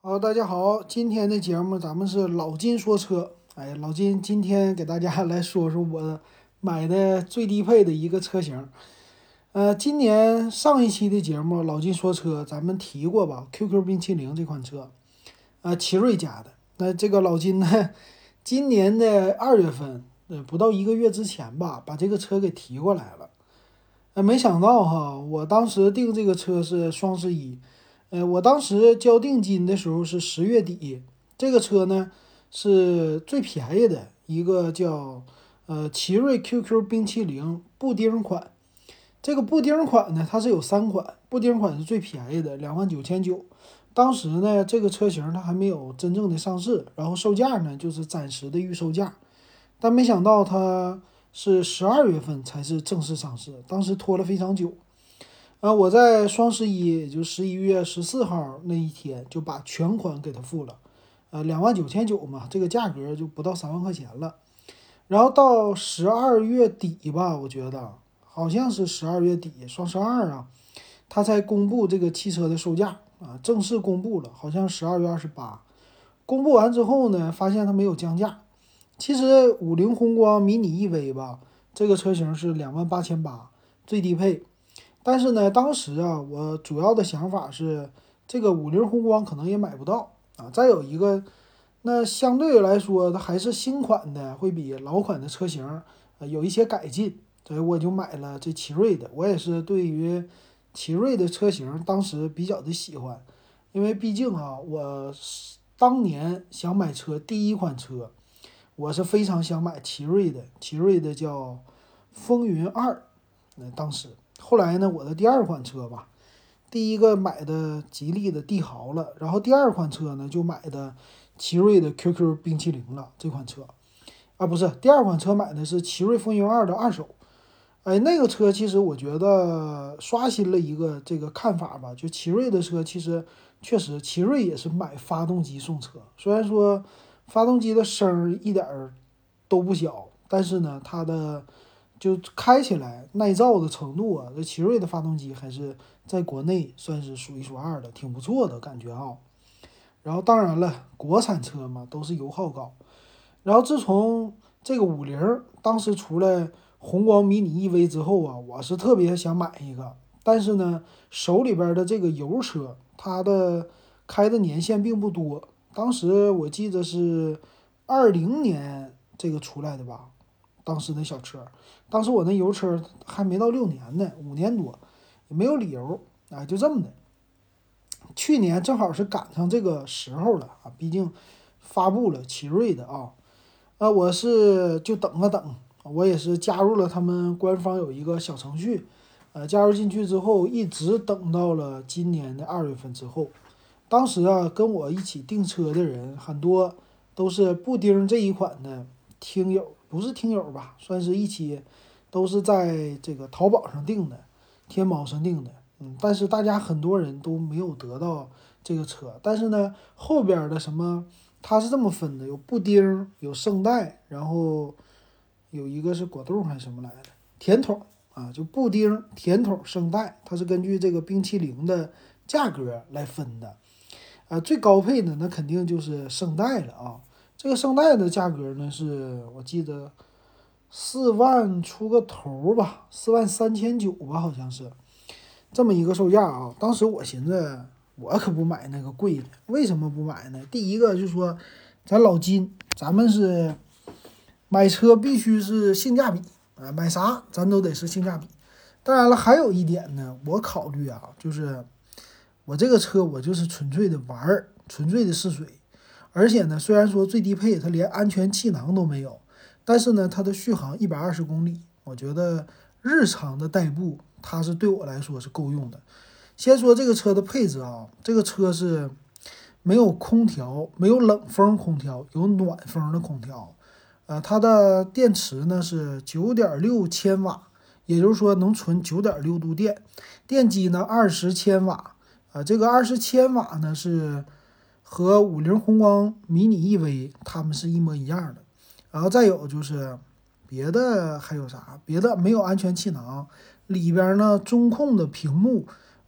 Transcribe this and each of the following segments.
好，大家好，今天的节目咱们是老金说车。哎，老金今天给大家来说说我买的最低配的一个车型。今年上一期的节目老金说车咱们提过吧，QQ 冰淇淋这款车，奇瑞家的。那这个老金呢，今年的2月份，不到一个月之前吧，把这个车给提过来了。没想到哈，我当时订这个车是双11。我当时交定金的时候是10月底，这个车呢是最便宜的一个叫奇瑞 QQ 冰淇淋布丁款。这个布丁款呢，它是有3款，布丁款是最便宜的，29,900。当时呢，这个车型它还没有真正的上市，然后售价呢就是暂时的预售价，但没想到它是12月份才是正式上市，当时拖了非常久。我在双11，也就11月14号那一天就把全款给他付了，29,900嘛，这个价格就不到3万块钱了。然后到12月底吧，我觉得好像是12月底，双12啊，他才公布这个汽车的售价啊，正式公布了，好像12月28。公布完之后呢，发现它没有降价。其实50宏光迷你 EV 吧，这个车型是28,800最低配。但是呢，当时啊，我主要的想法是，这个50宏光可能也买不到啊。再有一个，那相对来说，它还是新款的，会比老款的车型有一些改进，所以我就买了这奇瑞的。我也是对于奇瑞的车型当时比较的喜欢，因为毕竟啊，我当年想买车第一款车，我是非常想买奇瑞的，奇瑞的叫风云2。当时后来呢，我的第二款车吧，第一个买的吉利的帝豪了，然后第二款车呢就买的奇瑞的 QQ 冰淇淋了这款车。不是，第二款车买的是奇瑞风云2的二手。哎，那个车其实我觉得刷新了一个这个看法吧，就奇瑞的车其实确实，奇瑞也是买发动机送车，虽然说发动机的声儿一点儿都不小，但是呢，它的就开起来耐造的程度啊，这奇瑞的发动机还是在国内算是数一数二的，挺不错的感觉啊。然后当然了，国产车嘛，都是油耗高。然后自从这个50当时出来宏光迷你 EV 之后啊，我是特别想买一个，但是呢，手里边的这个油车，它的开的年限并不多。当时我记得是2020年这个出来的吧，当时那小车，当时我那油车还没到6年呢，5年多，也没有理由啊，就这么的。去年正好是赶上这个时候了啊，毕竟发布了奇瑞的啊。我是就等了等，我也是加入了他们官方有一个小程序，加入进去之后，一直等到了今年的2月份之后。当时啊，跟我一起订车的人很多都是布丁这一款的听友，不是听友吧，算是一起都是在这个淘宝上订的，天猫上订的。但是大家很多人都没有得到这个车，但是呢，后边的什么，它是这么分的，有布丁，有圣代，然后有一个是果冻还是什么来的，甜筒啊，就布丁、甜筒、圣代，它是根据这个冰淇淋的价格来分的。最高配的那肯定就是圣代了啊。这个圣代的价格呢，是我记得4万出个头吧，4.3九万吧，好像是这么一个售价啊。当时我寻思，我可不买那个贵的，为什么不买呢？第一个就是说，咱老金，咱们是买车必须是性价比啊，买啥咱都得是性价比。当然了，还有一点呢，我考虑啊，就是我这个车我就是纯粹的玩儿，纯粹的试水。而且呢，虽然说最低配它连安全气囊都没有，但是呢，它的续航120公里，我觉得日常的代步它是对我来说是够用的。先说这个车的配置啊，这个车是没有空调，没有冷风空调，有暖风的空调。它的电池呢是9.6千瓦，也就是说能存9.6度电。电机呢20千瓦，这个20千瓦呢是和50宏光迷你 EV 它们是一模一样的。然后再有就是别的还有啥？别的没有安全气囊，里边呢中控的屏幕，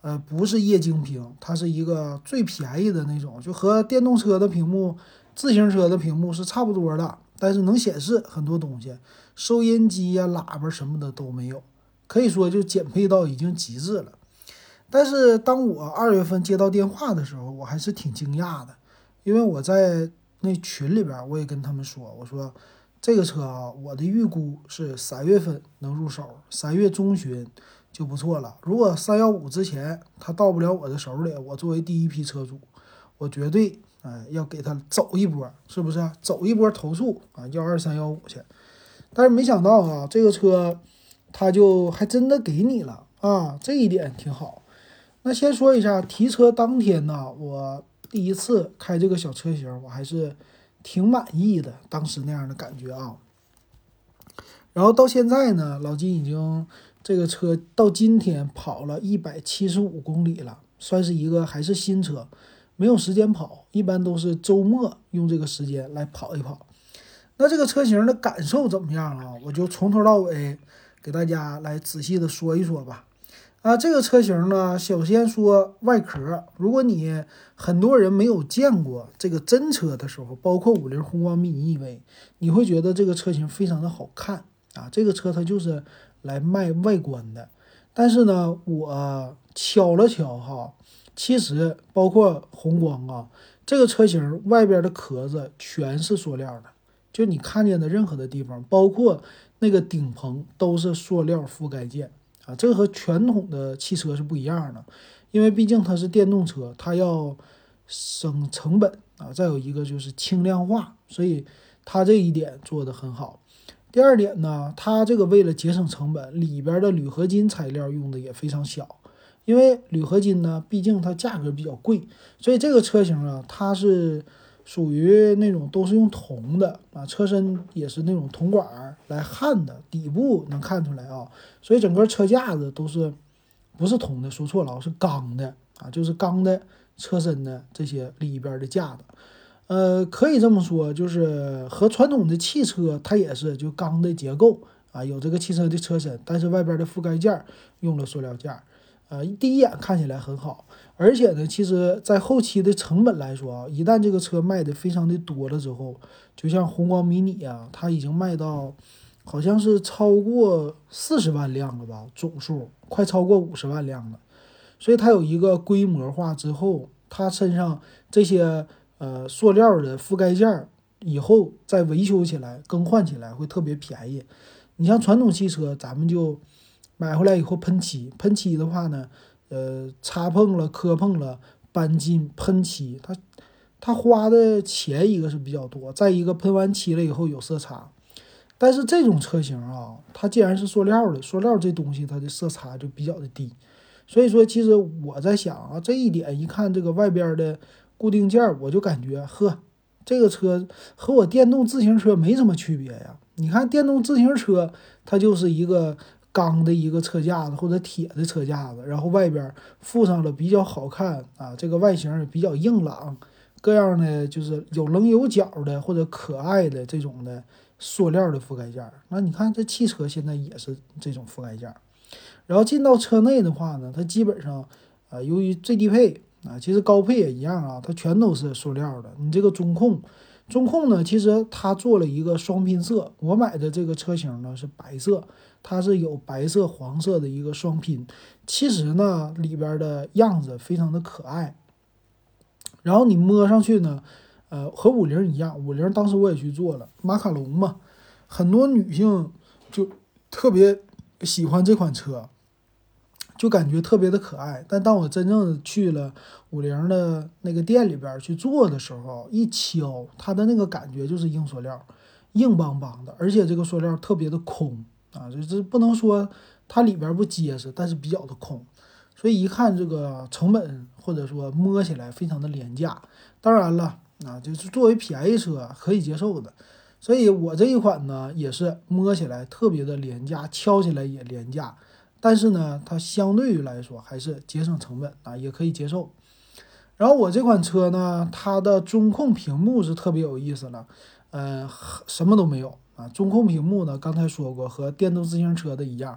不是液晶屏，它是一个最便宜的那种，就和电动车的屏幕、自行车的屏幕是差不多的，但是能显示很多东西，收音机呀、喇叭什么的都没有，可以说就减配到已经极致了。但是当我2月份接到电话的时候，我还是挺惊讶的，因为我在那群里边我也跟他们说，我说这个车啊，我的预估是3月份能入手，3月中旬就不错了。如果315之前它到不了我的手里，我作为第一批车主，我绝对要给他走一波，是不是？走一波投诉啊，12315去。但是没想到啊，这个车它就还真的给你了啊，这一点挺好。那先说一下提车当天呢，我第一次开这个小车型，我还是挺满意的，当时那样的感觉啊。然后到现在呢，老金已经这个车到今天跑了175公里了，算是一个还是新车，没有时间跑，一般都是周末用这个时间来跑一跑。那这个车型的感受怎么样啊？我就从头到尾给大家来仔细的说一说吧。这个车型呢，首先说外壳，如果你很多人没有见过这个真车的时候，包括50宏光 mini EV，你会觉得这个车型非常的好看啊。这个车它就是来卖外观的，但是呢，我敲了敲哈，其实包括宏光啊，这个车型外边的壳子全是塑料的，就你看见的任何的地方，包括那个顶棚都是塑料覆盖件。这个和传统的汽车是不一样的，因为毕竟它是电动车，它要省成本啊。再有一个就是轻量化，所以它这一点做得很好。第二点呢，它这个为了节省成本，里边的铝合金材料用的也非常小，因为铝合金呢，毕竟它价格比较贵，所以这个车型啊，它是属于那种都是用铜的啊，车身也是那种铜管来焊的，底部能看出来啊，所以整个车架子都是不是铜的，说错了，是钢的啊，就是钢的车身的这些里边的架子，可以这么说，就是和传统的汽车它也是就钢的结构啊，有这个汽车的车身，但是外边的覆盖件用了塑料件。第一眼看起来很好，而且呢，其实在后期的成本来说啊，一旦这个车卖的非常的多了之后，就像宏光迷你啊，它已经卖到好像是超过40万辆了吧，总数快超过50万辆了，所以它有一个规模化之后，它身上这些塑料的覆盖件以后再维修起来、更换起来会特别便宜。你像传统汽车，咱们就买回来以后喷漆，喷漆的话呢，擦碰了、磕碰了、钣金、喷漆，它花的钱一个是比较多，再一个喷完漆了以后有色差。但是这种车型啊，它既然是塑料的，塑料这东西它的色差就比较的低，所以说其实我在想啊，这一点一看这个外边的固定件，我就感觉呵，这个车和我电动自行车没什么区别呀。你看电动自行车，它就是一个钢的一个车架子或者铁的车架子，然后外边附上了比较好看啊，这个外形也比较硬朗，各样的就是有棱有角的或者可爱的这种的塑料的覆盖件。那你看这汽车现在也是这种覆盖件。然后进到车内的话呢，它基本上由于最低配其实高配也一样啊，它全都是塑料的。你这个中控呢，其实它做了一个双拼色，我买的这个车型呢是白色，它是有白色黄色的一个双拼，其实呢里边的样子非常的可爱。然后你摸上去呢，和50一样，50当时我也去做了，马卡龙嘛，很多女性就特别喜欢这款车，就感觉特别的可爱。但当我真正去了50的那个店里边去做的时候，一敲它的那个感觉就是硬塑料，硬邦邦的，而且这个塑料特别的空啊，就是不能说它里边不结实，但是比较的空，所以一看这个成本或者说摸起来非常的廉价。当然了，就是作为便宜车可以接受的。所以我这一款呢也是摸起来特别的廉价，敲起来也廉价。但是呢，它相对于来说还是节省成本啊，也可以接受。然后我这款车呢，它的中控屏幕是特别有意思了，什么都没有啊。中控屏幕呢，刚才说过，和电动自行车的一样，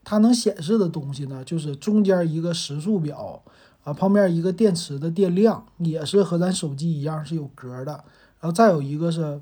它能显示的东西呢，就是中间一个时速表啊，旁边一个电池的电量，也是和咱手机一样是有格的。然后再有一个是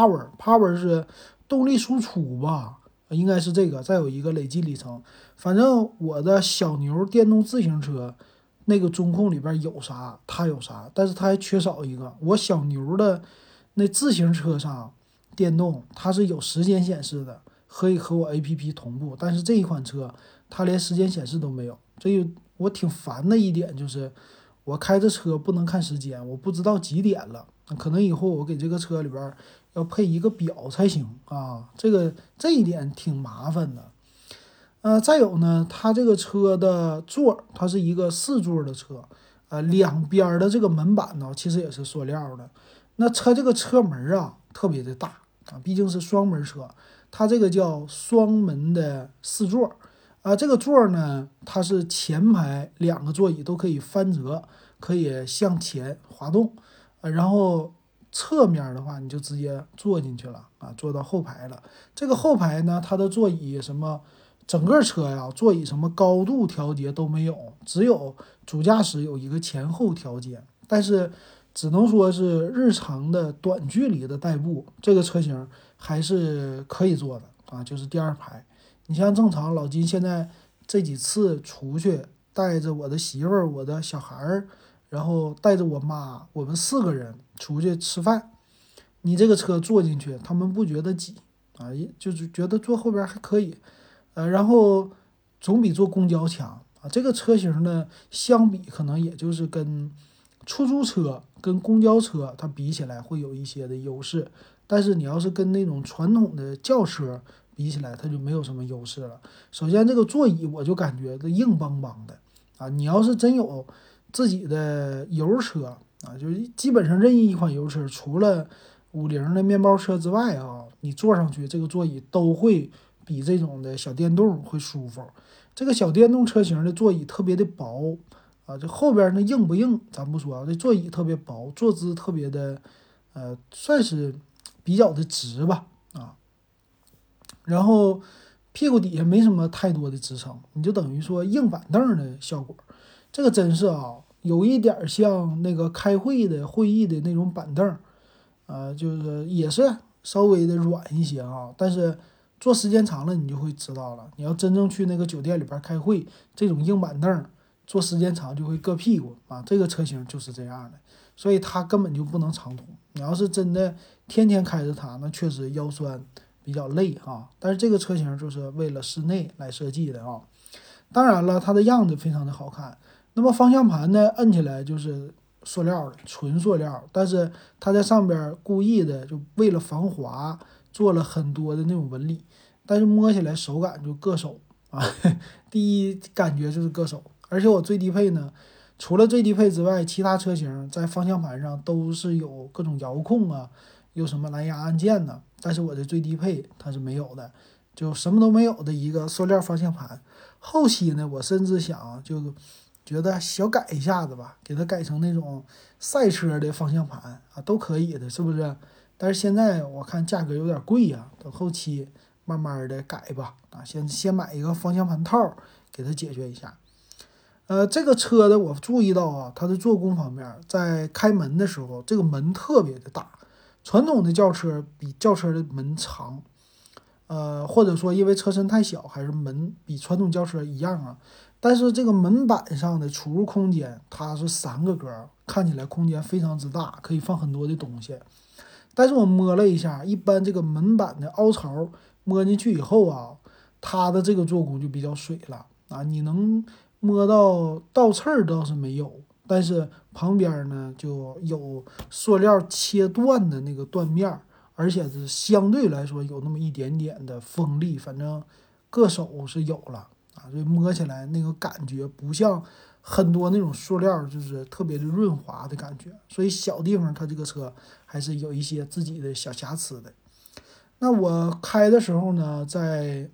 power 是动力输出吧，应该是这个。再有一个累计里程。反正我的小牛电动自行车那个中控里边有啥，它有啥，但是它还缺少一个。我小牛的那自行车上电动它是有时间显示的，可以和我 APP 同步，但是这一款车它连时间显示都没有。所以我挺烦的一点就是，我开着车不能看时间，我不知道几点了。可能以后我给这个车里边要配一个表才行啊，这一点挺麻烦的。再有呢，它这个车的座，它是一个4座的车，两边的这个门板呢，其实也是塑料的。那这个车门啊，特别的大啊，毕竟是双门车，它这个叫双门的4座啊。这个座呢，它是前排2个座椅都可以翻折，可以向前滑动，然后侧面的话，你就直接坐进去了啊，坐到后排了。这个后排呢，它的座椅什么？整个车呀，座椅什么高度调节都没有，只有主驾驶有一个前后调节。但是只能说是日常的短距离的代步，这个车型还是可以坐的啊，就是第2排。你像正常老金现在这几次出去，带着我的媳妇儿、我的小孩儿，然后带着我妈，我们4个人出去吃饭，你这个车坐进去，他们不觉得挤啊，就是觉得坐后边还可以。然后总比坐公交强啊。这个车型呢，相比可能也就是跟出租车、跟公交车它比起来会有一些的优势，但是你要是跟那种传统的轿车比起来，它就没有什么优势了。首先，这个座椅我就感觉这硬邦邦的啊，你要是真有自己的油车啊，就是基本上任意一款油车，除了50的面包车之外啊，你坐上去这个座椅都会比这种的小电动会舒服。这个小电动车型的座椅特别的薄啊，这后边那硬不硬咱不说啊，这座椅特别薄，坐姿特别的算是比较的直吧啊。然后屁股底下没什么太多的支撑，你就等于说硬板凳的效果。这个真是啊，有一点像那个开会的会议的那种板凳，就是也是稍微的软一些啊，但是坐时间长了你就会知道了。你要真正去那个酒店里边开会，这种硬板凳坐时间长就会硌屁股啊。这个车型就是这样的，所以它根本就不能长途。你要是真的天天开着它，那确实腰酸比较累啊。但是这个车型就是为了室内来设计的啊。当然了，它的样子非常的好看。那么方向盘呢，摁起来就是塑料的，纯塑料，但是它在上边故意的就为了防滑做了很多的那种纹理，但是摸起来手感就硌手啊。第一感觉就是硌手，而且我最低配呢，除了最低配之外，其他车型在方向盘上都是有各种遥控啊，有什么蓝牙按键呢，但是我的最低配它是没有的，就什么都没有的一个塑料方向盘。后期呢，我甚至想就觉得小改一下子吧，给它改成那种赛车的方向盘啊，都可以的，是不是？但是现在我看价格有点贵呀，等后期慢慢的改吧。啊，先买一个方向盘套，给它解决一下。这个车的我注意到啊，它的做工方面，在开门的时候，这个门特别的大。传统的轿车比轿车的门长，或者说因为车身太小，还是门比传统轿车一样啊。但是这个门板上的储物空间，它是3个格，看起来空间非常之大，可以放很多的东西。但是我摸了一下，一般这个门板的凹槽摸进去以后啊，它的这个做工就比较水了啊。你能摸到倒刺儿倒是没有，但是旁边呢就有塑料切断的那个断面，而且是相对来说有那么一点点的锋利，反正硌手是有了啊，所以摸起来那个感觉不像很多那种塑料，就是特别的润滑的感觉。所以小地方它这个车还是有一些自己的小瑕疵的。那我开的时候呢，在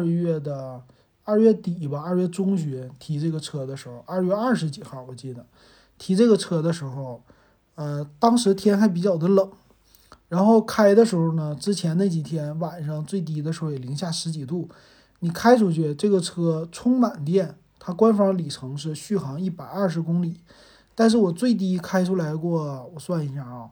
2月底吧，2月中旬提这个车的时候，2月20几号我记得提这个车的时候，当时天还比较的冷，然后开的时候呢，之前那几天晚上最低的时候也零下10几度。 你开出去这个车充满电，它官方里程是续航120公里，但是我最低开出来过，我算一下啊，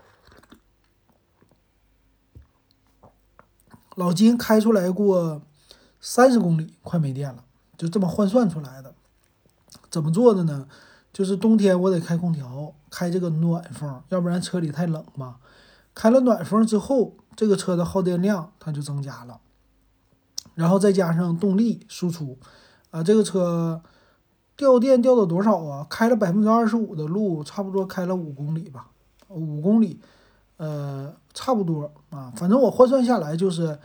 老金开出来过30公里，快没电了，就这么换算出来的。怎么做的呢？就是冬天我得开空调，开这个暖风，要不然车里太冷嘛。开了暖风之后，这个车的耗电量它就增加了，然后再加上动力输出，这个车掉电掉到多少啊？开了25%的路，差不多开了5公里吧，5公里，差不多啊。反正我换算下来就是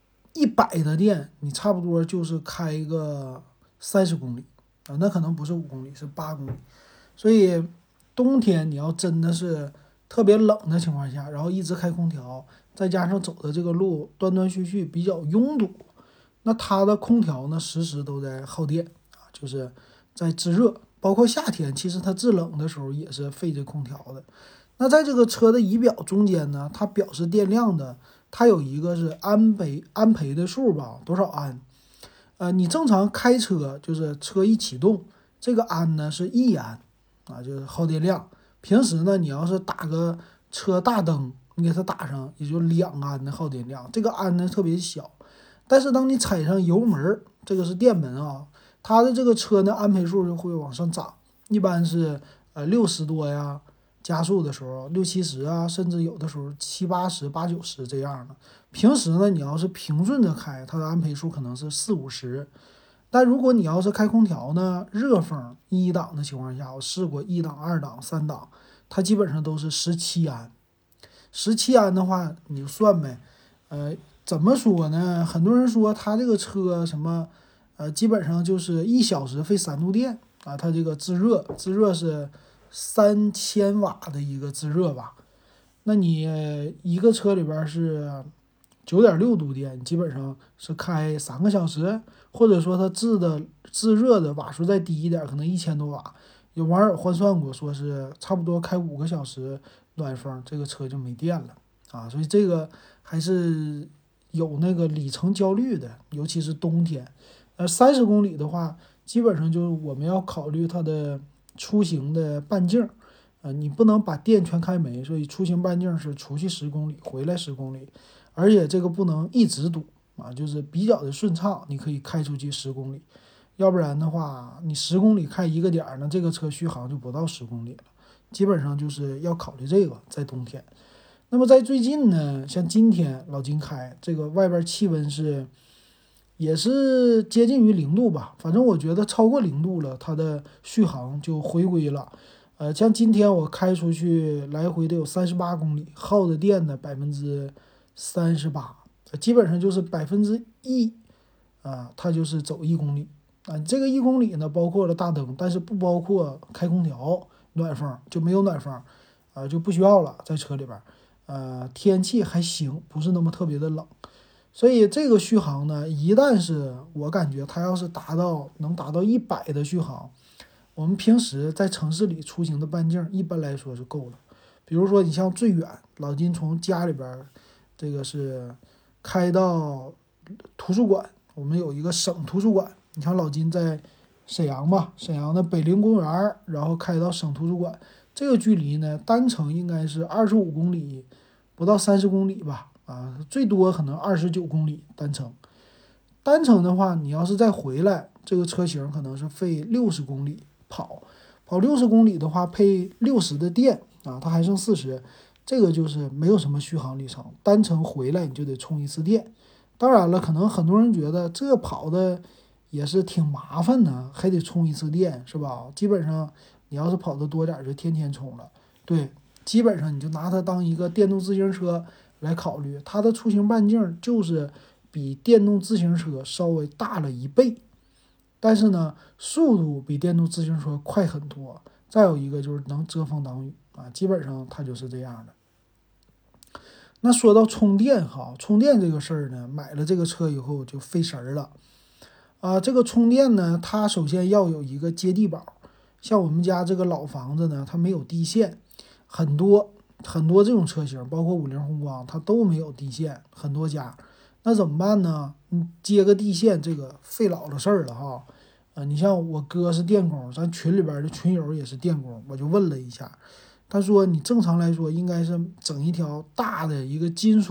100的电，你差不多就是开个30公里啊，那可能不是5公里，是8公里。所以冬天你要真的是特别冷的情况下，然后一直开空调，再加上走的这个路断断续续比较拥堵，那它的空调呢时时都在耗电啊，就是在制热。包括夏天，其实它制冷的时候也是费这空调的。那在这个车的仪表中间呢，它表示电量的，它有一个是安培的数吧，多少安？你正常开车就是车一启动，这个安呢是1安啊，就是耗电量。平时呢，你要是打个车大灯，你给它打上，也就2安的耗电量，这个安呢特别小。但是当你踩上油门，这个是电门啊，它的这个车呢安培数就会往上涨，一般是60多呀，加速的时候60、70啊，甚至有的时候70、80、80、90这样的。平时呢，你要是平顺着开，它的安培数可能是40、50。但如果你要是开空调呢，热风1档的情况下，我试过1档、2档、3档，它基本上都是17安。17安的话，你就算呗。怎么说呢？很多人说它这个车什么，基本上就是1小时费3度电啊。它这个制热是3000瓦的一个制热吧。那你一个车里边是9.6度电，基本上是开3个小时，或者说它制热的瓦数再低一点，可能1000多瓦。有网友换算过，说是差不多开5个小时暖风，这个车就没电了啊。所以这个还是有那个里程焦虑的，尤其是冬天。30公里的话，基本上就是我们要考虑它的出行的半径。你不能把电全开没，所以出行半径是出去10公里，回来10公里，而且这个不能一直堵啊，就是比较的顺畅，你可以开出去10公里，要不然的话，你10公里开一个点儿呢，这个车续航就不到10公里了，基本上就是要考虑这个，在冬天。那么在最近呢，像今天老金开这个外边气温也是接近于0度吧，反正我觉得超过0度了，它的续航就回归了。像今天我开出去来回得有38公里，耗的电的38%，基本上就是1%啊，它就是走1公里啊。这个1公里呢，包括了大灯，但是不包括开空调暖风，就没有暖风啊，就不需要了，在车里边。天气还行，不是那么特别的冷，所以这个续航呢，一旦是我感觉它要是能达到100的续航。我们平时在城市里出行的半径一般来说是够了。比如说你像最远，老金从家里边这个是开到图书馆，我们有一个省图书馆。你像老金在沈阳吧，沈阳的北陵公园，然后开到省图书馆，这个距离呢，单程应该是25公里，不到30公里吧，最多可能29公里单程。单程的话，你要是再回来，这个车型可能是费60公里。跑60公里的话，配60的电啊，它还剩40，这个就是没有什么续航里程。单程回来你就得充一次电。当然了，可能很多人觉得这跑的也是挺麻烦的，还得充一次电，是吧？基本上你要是跑的多点，就天天充了。对，基本上你就拿它当一个电动自行车来考虑，它的出行半径就是比电动自行车稍微大了1倍。但是呢，速度比电动自行车快很多。再有一个就是能遮风挡雨啊，基本上它就是这样的。那说到充电哈，充电这个事儿呢，买了这个车以后就费神儿了这个充电呢，它首先要有一个接地宝。像我们家这个老房子呢，它没有地线，很多这种车型，包括50宏光，它都没有地线，很多家。 那怎么办呢？你接个地线，这个费老了事儿了哈。你像我哥是电工，咱群里边的群友也是电工，我就问了一下，他说你正常来说应该是整一条大的一个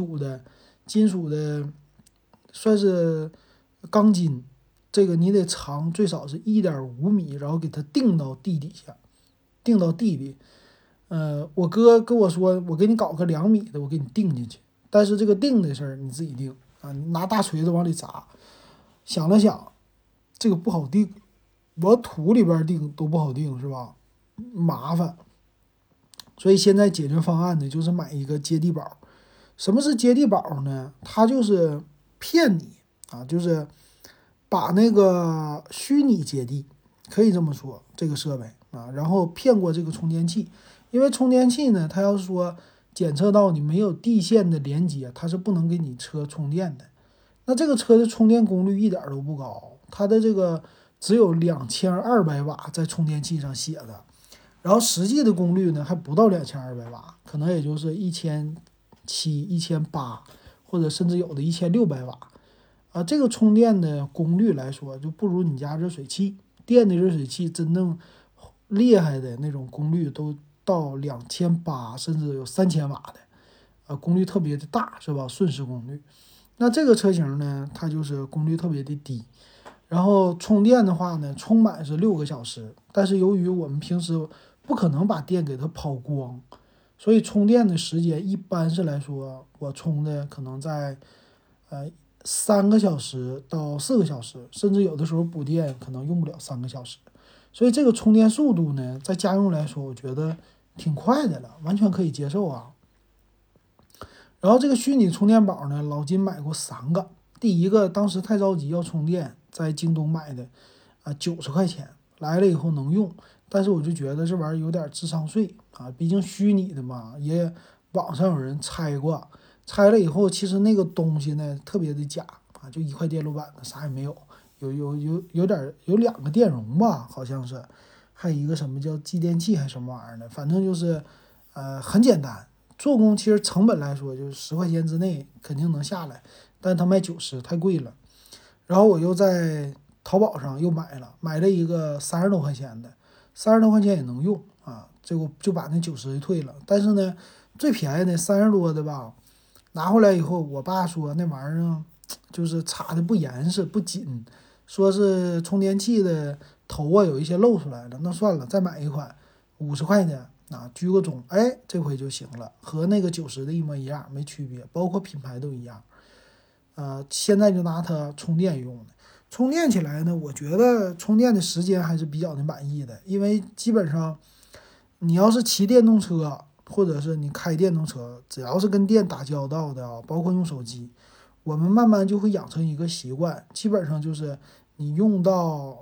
金属的算是钢筋，这个你得长最少是1.5米，然后给它钉到地底下，钉到地里。我哥跟我说，我给你搞个2米的，我给你钉进去。但是这个钉的事儿你自己钉啊，你拿大锤子往里砸。想了想，这个不好钉，往土里边钉都不好钉，是吧？麻烦。所以现在解决方案呢，就是买一个接地宝。什么是接地宝呢？它就是骗你啊，就是把那个虚拟接地，可以这么说，这个设备啊，然后骗过这个充电器。因为充电器呢，它要说检测到你没有地线的连接，它是不能给你车充电的。那这个车的充电功率一点都不高，它的这个只有2200瓦在充电器上写的，然后实际的功率呢还不到2200瓦，可能也就是1700、1800，或者甚至有的1600瓦啊。这个充电的功率来说，就不如你家热水器。电的热水器真正厉害的那种功率都到2800，甚至有3000瓦的，功率特别的大，是吧？瞬时功率。那这个车型呢，它就是功率特别的低，然后充电的话呢，充满是6个小时，但是由于我们平时不可能把电给它跑光，所以充电的时间一般是来说，我充的可能在3个小时到4个小时，甚至有的时候补电可能用不了3个小时，所以这个充电速度呢，在家用来说，我觉得挺快的了，完全可以接受啊。然后这个虚拟充电宝呢，老金买过3个。第一个当时太着急要充电，在京东买的，90块钱，来了以后能用，但是我就觉得这玩意儿有点智商税啊，毕竟虚拟的嘛，也网上有人拆过，拆了以后其实那个东西呢特别的假啊，就一块电路板子，啥也没有，有2个电容吧，好像是，还有一个什么叫继电器还是什么玩意儿的，反正就是很简单。做工其实成本来说，就是10块钱之内肯定能下来，但他卖90太贵了。然后我又在淘宝上又买了一个30多块钱的，30多块钱也能用啊，这个就把那90退了。但是呢，最便宜的30多的吧，拿回来以后，我爸说那玩意儿就是插的不严实不紧，说是充电器的头有一些露出来了。那算了，再买一款50块的。居个中，哎，这回就行了，和那个90的一模一样，没区别，包括品牌都一样。现在就拿它充电用的，充电起来呢，我觉得充电的时间还是比较的满意的，因为基本上你要是骑电动车，或者是你开电动车，只要是跟电打交道的啊，包括用手机，我们慢慢就会养成一个习惯，基本上就是你用到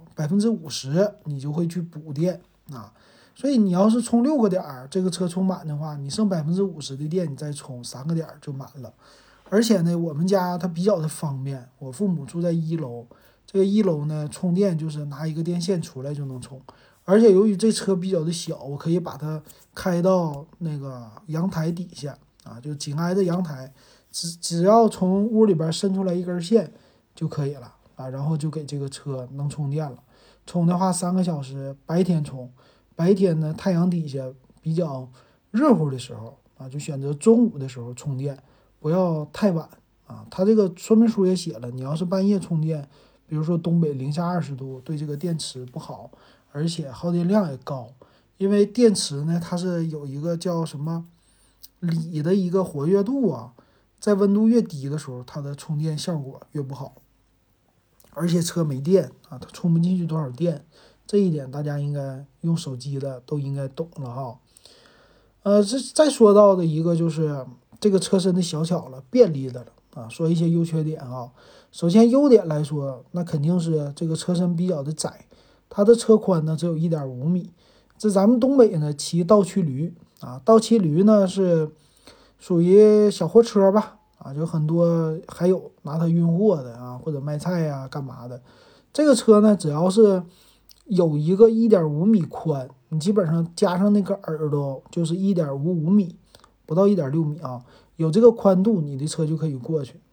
50%，你就会去补电啊。所以你要是充6个点，这个车充满的话，你剩50%的电，你再充3个点就满了。而且呢，我们家它比较的方便，我父母住在1楼，这个1楼呢充电就是拿一个电线出来就能充。而且由于这车比较的小，我可以把它开到那个阳台底下啊，就紧挨着阳台，只要从屋里边伸出来一根线就可以了啊，然后就给这个车能充电了。充的话3个小时，白天充。白天呢，太阳底下比较热乎的时候啊，就选择中午的时候充电，不要太晚啊。它这个说明书也写了，你要是半夜充电，比如说东北零下20度，对这个电池不好，而且耗电量也高。因为电池呢，它是有一个叫什么锂的一个活跃度啊，在温度越低的时候，它的充电效果越不好。而且车没电啊，它充不进去多少电。这一点大家应该用手机的都应该懂了哈。这再说到的一个就是这个车身的小巧了，便利的了啊。说一些优缺点啊，首先优点来说，那肯定是这个车身比较的窄，它的车宽呢只有1.5米。这咱们东北呢骑倒驱驴啊，倒骑驴呢是属于小货车吧啊，就很多还有拿它运货的啊，或者卖菜呀干嘛的。这个车呢只要是有一个1.5米宽，你基本上加上那个耳朵就是1.55米，不到1.6米啊。有这个宽度，你的车就可以过去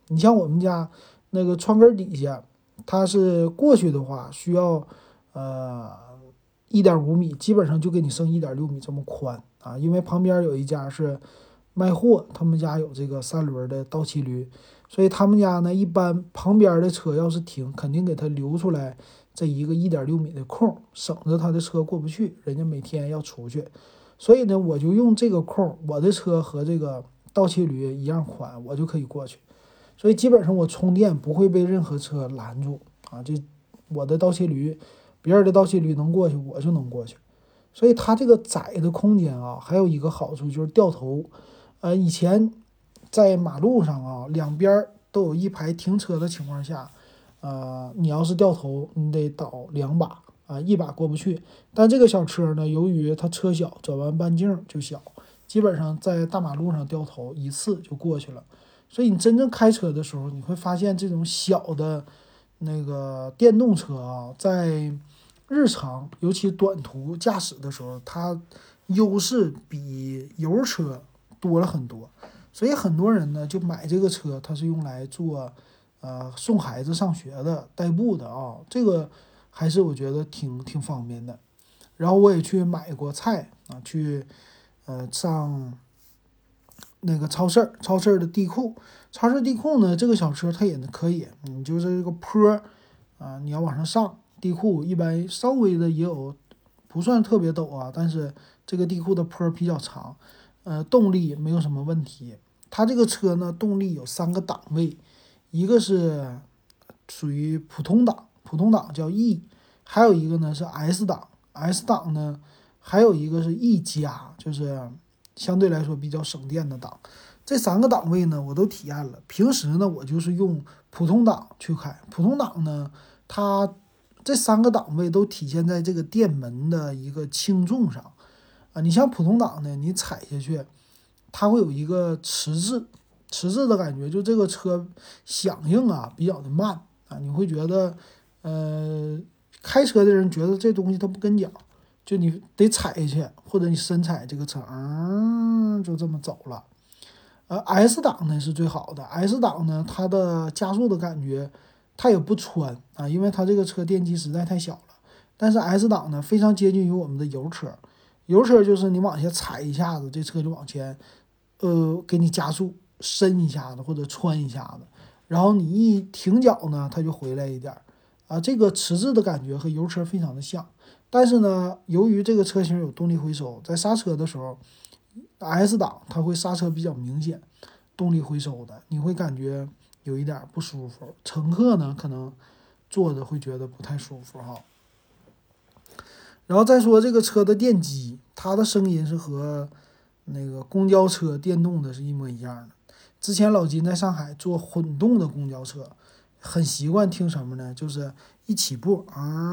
你像我们家那个窗根底下，它是过去的话需要呃1.5米，基本上就给你剩1.6米这么宽啊。因为旁边有一家是卖货，他们家有这个3轮的倒骑驴，所以他们家呢一般旁边的车要是停，肯定给他留出来这一个1.6米的空，省得他的车过不去，人家每天要出去。所以呢，我就用这个空，我的车和这个倒骑驴一样宽，我就可以过去。所以基本上我充电不会被任何车拦住啊，这我的倒骑驴，别人的倒骑驴能过去，我就能过去。所以它这个窄的空间啊，还有一个好处就是掉头。以前在马路上啊，两边都有一排停车的情况下，你要是掉头，你得倒2把啊，一把过不去。但这个小车呢，由于它车小，转弯半径就小，基本上在大马路上掉头一次就过去了。所以你真正开车的时候，你会发现这种小的那个电动车啊，在日常尤其短途驾驶的时候，它优势比油车多了很多。所以很多人呢就买这个车，它是用来做送孩子上学的代步的啊，这个还是我觉得挺方便的。然后我也去买过菜啊，去上那个超市的地库，超市地库呢，这个小车它也可以，你就是这个坡啊，你要往上上，地库一般稍微的也有，不算特别陡啊，但是这个地库的坡比较长，动力没有什么问题。它这个车呢，动力有3个档位，一个是属于普通档，普通档叫 E，还有一个呢是 S 档，S 档呢还有一个是 E 加，就是相对来说比较省电的档。这3个档位呢，我都体验了。平时呢，我就是用普通档去开。普通档呢，它这3个档位都体现在这个电门的一个轻重上啊。你像普通档呢，你踩下去，它会有一个迟滞的感觉，就这个车响应啊比较的慢啊，你会觉得，开车的人觉得这东西它不跟脚，就你得踩下去，或者你深踩这个车，就这么走了。S 档呢是最好的，S 档呢它的加速的感觉它也不穿啊，因为它这个车电机实在太小了。但是 S 档呢非常接近于我们的油车，油车就是你往下踩一下子，这车就往前，给你加速，伸一下子或者穿一下子，然后你一停脚呢，它就回来一点啊，这个迟滞的感觉和油车非常的像。但是呢，由于这个车型有动力回收，在刹车的时候。S 档它会刹车比较明显，动力回收的，你会感觉有一点不舒服。乘客呢可能坐着会觉得不太舒服哈。然后再说这个车的电机，它的声音是和那个公交车电动的是一模一样的。之前老金在上海坐混动的公交车，很习惯听什么呢？就是一起步，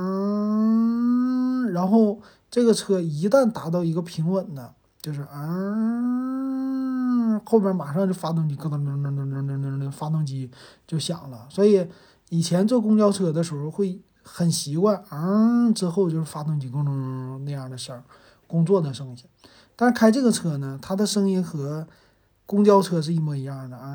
然后这个车一旦达到一个平稳的。就是后边马上就发动机咯噔噔噔噔噔噔噔，发动机就响了。所以以前坐公交车的时候会很习惯，之后就是发动机咕咚那样的声，工作的声音。但是开这个车呢，它的声音和公交车是一模一样的，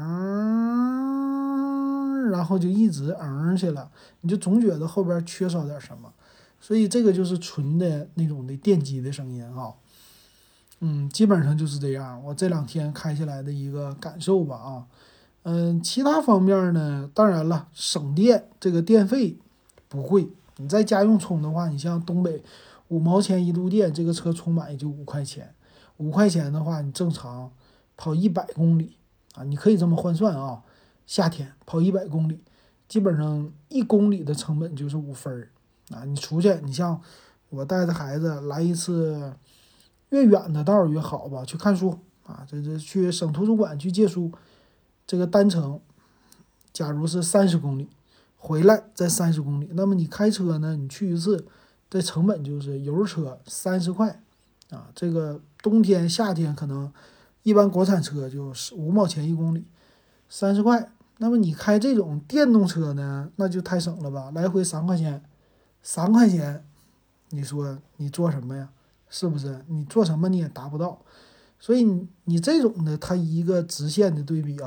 然后就一直去了，你就总觉得后边缺少点什么。所以这个就是纯的那种的电机的声音啊。基本上就是这样，我这2天开下来的一个感受吧啊。其他方面呢，当然了，省电，这个电费不贵。你在家用充的话，你像东北5毛钱一度电，这个车充满也就5块钱。5块钱的话，你正常跑100公里啊，你可以这么换算啊。夏天跑100公里，基本上1公里的成本就是5分啊。你出去，你像我带着孩子来一次。越远的道儿越好吧，去看书啊，这去省图书馆去借书，这个单程，假如是30公里，回来再30公里，那么你开车呢，你去一次，这成本就是油车30块啊。这个冬天夏天可能一般国产车就是5毛钱一公里，30块。那么你开这种电动车呢，那就太省了吧，来回3块钱，3块钱，你说你做什么呀？是不是你做什么你也达不到？所以你这种的，它一个直线的对比啊，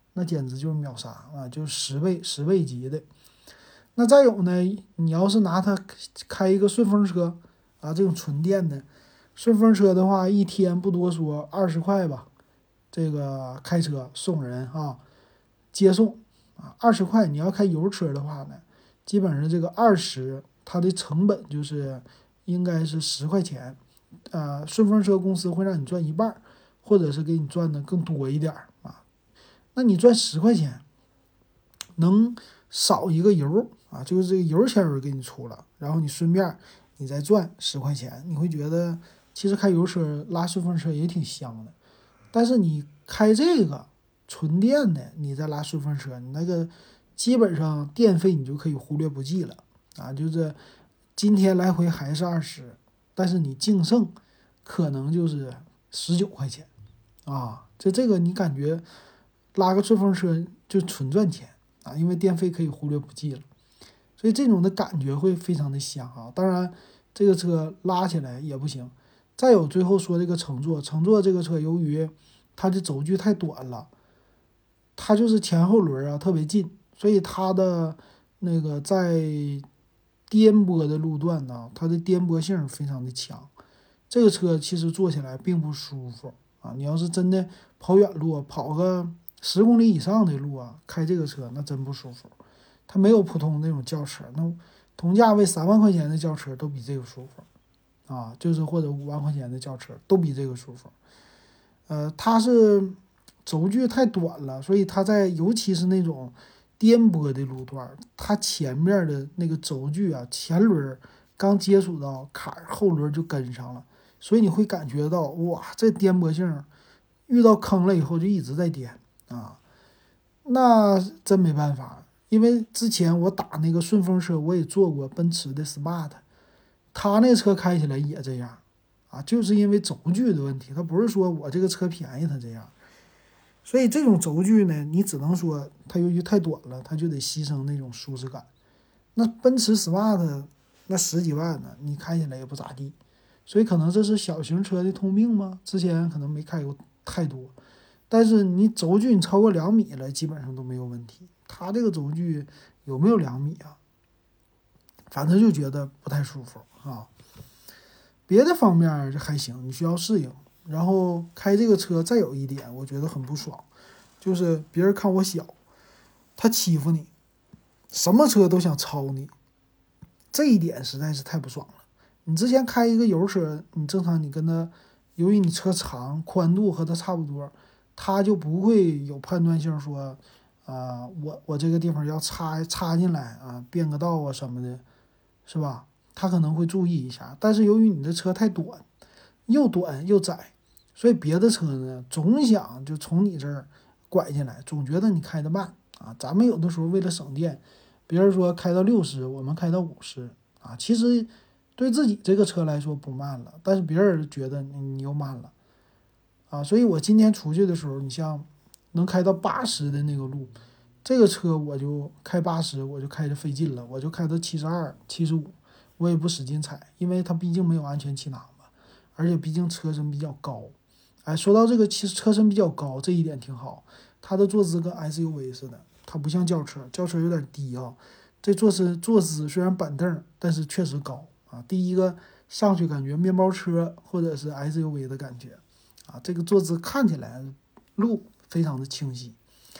那简直就是秒杀啊，就是十倍级的。那再有呢，你要是拿它开一个顺风车啊，这种纯电的顺风车的话，一天不多说20块吧，这个开车送人啊，接送啊20块。你要开油车的话呢，基本上这个20，它的成本就是应该是10块钱，顺风车公司会让你赚一半，或者是给你赚的更多一点啊。那你赚10块钱，能少一个油啊，就是这个油钱给你出了，然后你顺便你再赚10块钱，你会觉得其实开油车拉顺风车也挺香的。但是你开这个纯电的，你再拉顺风车，你那个基本上电费你就可以忽略不计了啊，就是今天来回还是20，但是你净剩可能就是19块钱啊，这个你感觉拉个顺风车就纯赚钱啊，因为电费可以忽略不计了，所以这种的感觉会非常的香啊。当然，这个车拉起来也不行。再有最后说这个乘坐这个车，由于它的轴距太短了，它就是前后轮啊特别近，所以它的那个在颠簸的路段呢，它的颠簸性非常的强。这个车其实坐起来并不舒服啊。你要是真的跑远路，跑个10公里以上的路啊，开这个车那真不舒服。它没有普通那种轿车，那同价位3万块钱的轿车都比这个舒服啊，就是或者5万块钱的轿车都比这个舒服。它是轴距太短了，所以它在尤其是那种颠簸的路段，它前面的那个轴距啊，前轮刚接触到坎儿，后轮就跟上了，所以你会感觉到哇，这颠簸性遇到坑了以后就一直在颠啊，那真没办法。因为之前我打那个顺风车，我也坐过奔驰的 Smart，他那车开起来也这样啊，就是因为轴距的问题，他不是说我这个车便宜它这样。所以这种轴距呢，你只能说它由于太短了，它就得牺牲那种舒适感。那奔驰 Smart 那十几万呢，你开起来也不咋地。所以可能这是小型车的通病吗？之前可能没开过太多，但是你轴距你超过2米了，基本上都没有问题。它这个轴距有没有2米啊？反正就觉得不太舒服啊。别的方面还行，你需要适应。然后开这个车再有一点，我觉得很不爽，就是别人看我小，他欺负你，什么车都想超你，这一点实在是太不爽了。你之前开一个油车，你正常你跟他，由于你车长宽度和他差不多，他就不会有判断性说，我这个地方要插进来啊，变个道啊什么的，是吧？他可能会注意一下。但是由于你的车太短，又短又窄，所以别的车呢总想就从你这儿拐进来，总觉得你开得慢啊。咱们有的时候为了省电，别人说开到60，我们开到50啊，其实对自己这个车来说不慢了，但是别人觉得你又慢了啊。所以我今天出去的时候，你像能开到80的那个路，这个车我就开80，我就开着费劲了，我就开到72、75，我也不使劲踩，因为它毕竟没有安全气囊嘛，而且毕竟车身比较高。哎，说到这个，其实车身比较高这一点挺好，它的坐姿跟 SUV 似的，它不像轿车，轿车有点低啊。这坐姿虽然板凳，但是确实高啊。第一个上去感觉面包车或者是 SUV 的感觉啊，这个坐姿看起来路非常的清晰。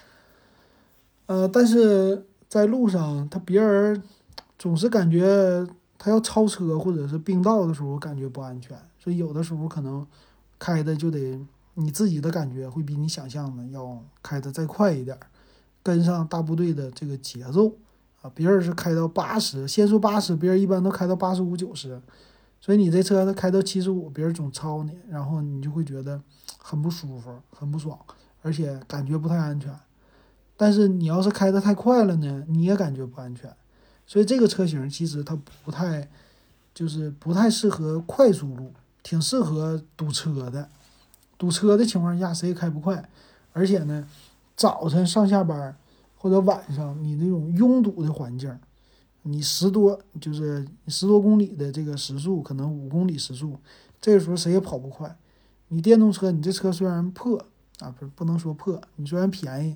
但是在路上，别人总是感觉他要超车或者是并道的时候，感觉不安全，所以有的时候可能开的就得你自己的感觉会比你想象的要开的再快一点，跟上大部队的这个节奏啊。别人是开到80，限速80，别人一般都开到85、90，所以你这车开到75，别人总超你，然后你就会觉得很不舒服，很不爽，而且感觉不太安全。但是你要是开得太快了呢，你也感觉不安全。所以这个车型其实它不太适合快速路，挺适合堵车的。堵车的情况下，谁也开不快。而且呢，早晨上下班或者晚上，你那种拥堵的环境，你10多公里的这个时速，可能5公里时速，这个时候谁也跑不快。你电动车，你这车虽然破啊，不能说破，你虽然便宜，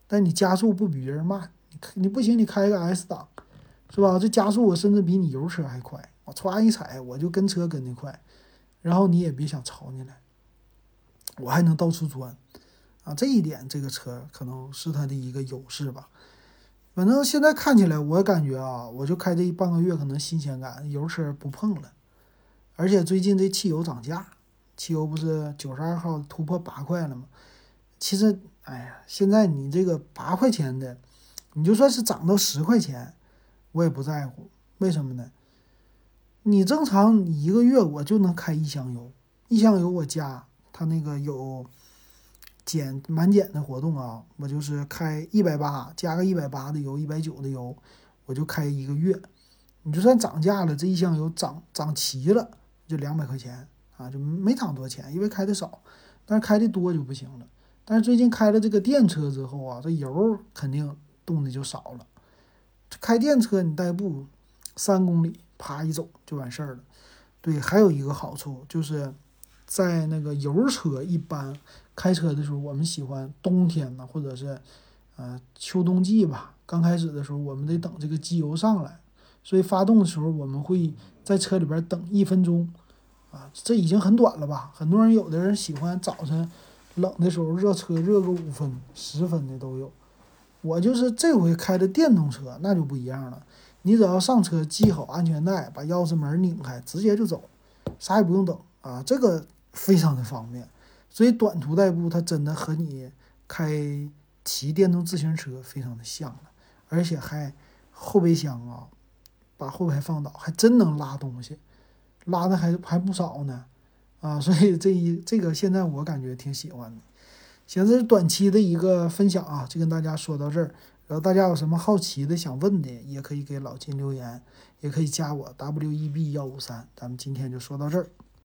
但你加速不比别人慢，你不行，你开个 S 档，是吧？这加速我甚至比你油车还快，我歘一踩我就跟车跟得快，然后你也别想超进来，我还能到处钻啊！这一点这个车可能是它的一个优势吧。反正现在看起来，我感觉啊，我就开这半个月，可能新鲜感，油车不碰了。而且最近这汽油涨价，汽油不是92号突破8块了吗？其实，哎呀，现在你这个8块钱的，你就算是涨到10块钱，我也不在乎。为什么呢？你正常一个月我就能开一箱油，一箱油我加它那个有满减的活动啊，我就是开180，加个180的油，190的油，我就开一个月。你就算涨价了，这一箱油涨齐了，就200块钱啊，就没涨多钱，因为开的少，但是开的多就不行了。但是最近开了这个电车之后啊，这油肯定动的就少了。开电车你代步3公里，啪一走就完事儿了。对，还有一个好处就是在那个油车一般开车的时候，我们喜欢冬天呢，或者是秋冬季吧。刚开始的时候，我们得等这个机油上来，所以发动的时候我们会在车里边等1分钟啊，这已经很短了吧？很多人有的人喜欢早晨冷的时候热车热个5分、10分的都有。我就是这回开的电动车，那就不一样了。你只要上车系好安全带，把钥匙门拧开，直接就走，啥也不用等啊，这个非常的方便。所以短途代步它真的和你骑电动自行车非常的像了，而且还后备箱啊，把后排放倒，还真能拉东西，拉的还不少呢啊！所以这个现在我感觉挺喜欢的。行，这是短期的一个分享啊，就跟大家说到这儿。然后大家有什么好奇的想问的，也可以给老金留言，也可以加我 WEB153。咱们今天就说到这儿。